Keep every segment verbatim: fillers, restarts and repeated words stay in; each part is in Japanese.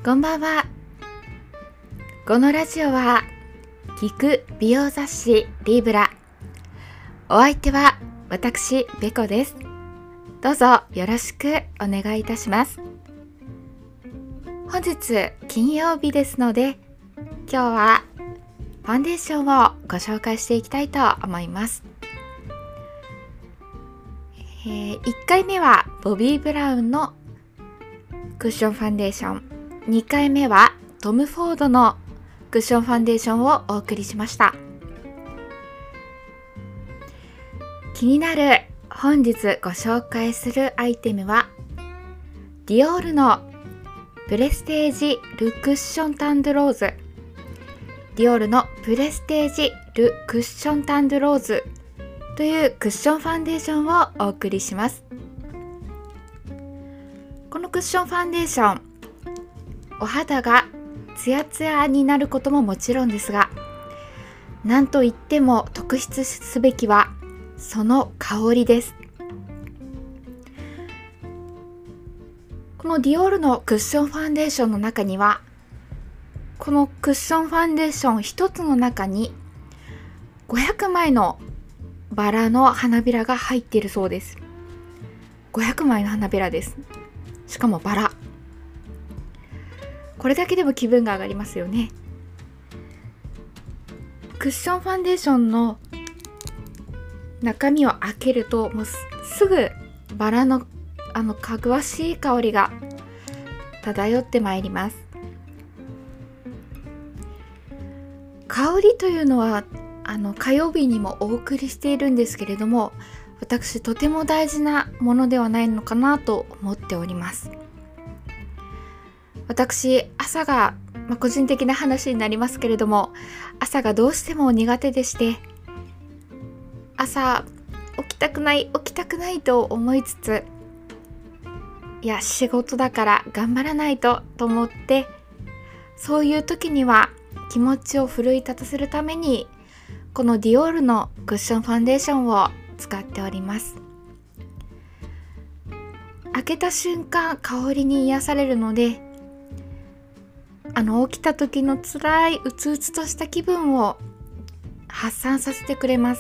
こんばんは。このラジオは聞く美容雑誌リーブラ。お相手は私ベコです。どうぞよろしくお願いいたします。本日金曜日ですので、今日はファンデーションをご紹介していきたいと思います。えー、いっかいめはボビー・ブラウンのクッションファンデーション、にかいめはトム・フォードのクッションファンデーションをお送りしました。気になる本日ご紹介するアイテムはディオールのプレステージルクッションタンドローズディオールのプレステージルクッションタンドローズというクッションファンデーションをお送りします。このクッションファンデーション、お肌がツヤツヤになることももちろんですが、なんといっても特筆すべきはその香りです。このディオールのクッションファンデーションの中には、このクッションファンデーション一つの中にごひゃくまいのバラの花びらが入っているそうです。ごひゃくまいの花びらです。しかもバラ。これだけでも気分が上がりますよね。クッションファンデーションの中身を開けると、もう す, すぐバラのあのかぐわしい香りが漂ってまいります。香りというのはあの火曜日にもお送りしているんですけれども、私とても大事なものではないのかなと思っております。私朝が、まあ、個人的な話になりますけれども、朝がどうしても苦手でして、朝起きたくない起きたくないと思いつつ、いや仕事だから頑張らないとと思って、そういう時には気持ちを奮い立たせるためにこのディオールのクッションファンデーションを使っております。開けた瞬間香りに癒されるので、あの起きた時の辛いうつうつとした気分を発散させてくれます。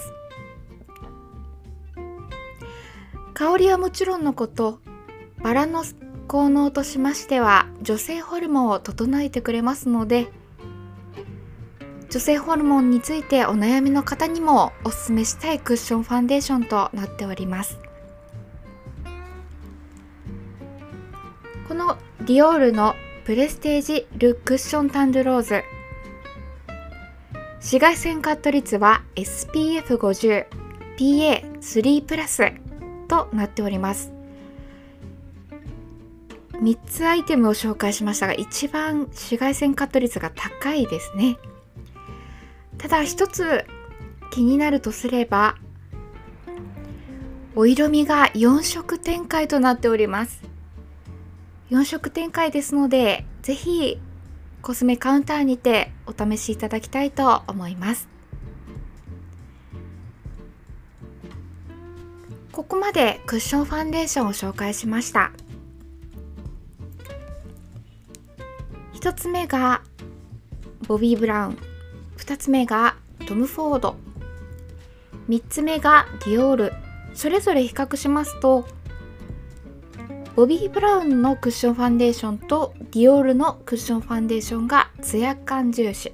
香りはもちろんのこと、バラの効能としましては女性ホルモンを整えてくれますので、女性ホルモンについてお悩みの方にもおすすめしたいクッションファンデーションとなっております。このディオールのプレステージルクッションタンドローズ、紫外線カット率は エスピーエフごじゅう、ピーエースリー プラスとなっております。みっつアイテムを紹介しましたが、一番紫外線カット率が高いですね。ただ一つ気になるとすれば、お色味がよん色展開となっております。よん色展開ですので、ぜひコスメカウンターにてお試しいただきたいと思います。ここまでクッションファンデーションを紹介しました。ひとつめがボビー・ブラウン、ふたつめがトム・フォード、みっつめがディオール。それぞれ比較しますと、ボビー・ブラウンのクッションファンデーションとディオールのクッションファンデーションがツヤ感重視、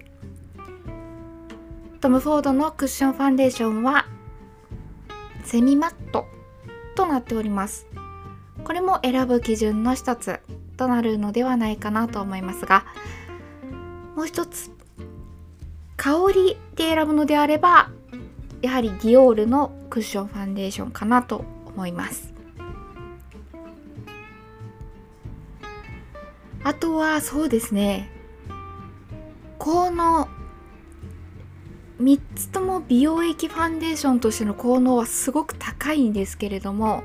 トム・フォードのクッションファンデーションはセミマットとなっております。これも選ぶ基準の一つとなるのではないかなと思いますが、もう一つ香りで選ぶのであれば、やはりディオールのクッションファンデーションかなと思います。あとはそうですね、効能、みっつとも美容液ファンデーションとしての効能はすごく高いんですけれども、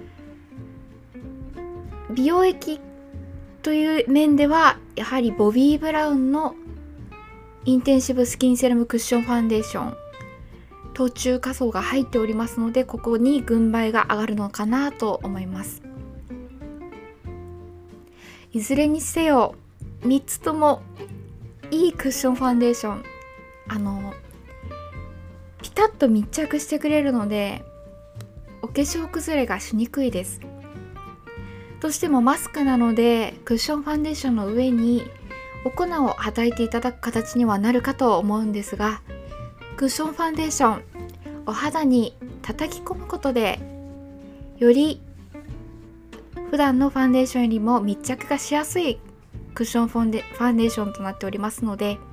美容液という面ではやはりボビー・ブラウンのインテンシブスキンセラムクッションファンデーション、途中仮想が入っておりますので、ここに軍配が上がるのかなと思います。いずれにせよみっつともいいクッションファンデーション、あのピタッと密着してくれるのでお化粧崩れがしにくいです。どうしてもマスクなのでクッションファンデーションの上にお粉をはたいていただく形にはなるかと思うんですが、クッションファンデーションお肌に叩き込むことでより普段のファンデーションよりも密着がしやすいクッションファンデ、ファンデーションとなっておりますので、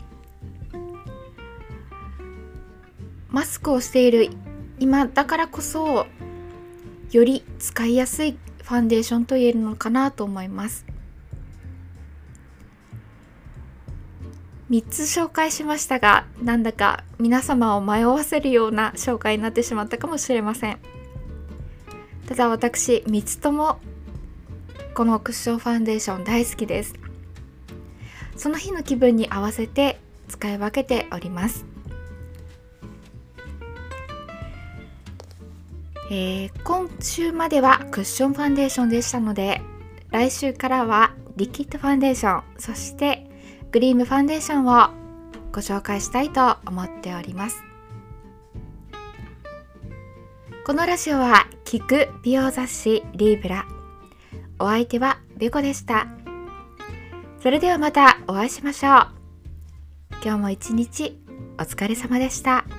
マスクをしている今だからこそより使いやすいファンデーションと言えるのかなと思います。みっつ紹介しましたが、なんだか皆様を迷わせるような紹介になってしまったかもしれません。ただ私みっつともこのクッションファンデーション大好きです。その日の気分に合わせて使い分けております。えー、今週まではクッションファンデーションでしたので、来週からはリキッドファンデーション、そしてグリームファンデーションをご紹介したいと思っております。このラジオは聞く美容雑誌リーブラ、お相手はベコでした。それではまたお会いしましょう。今日も一日お疲れ様でした。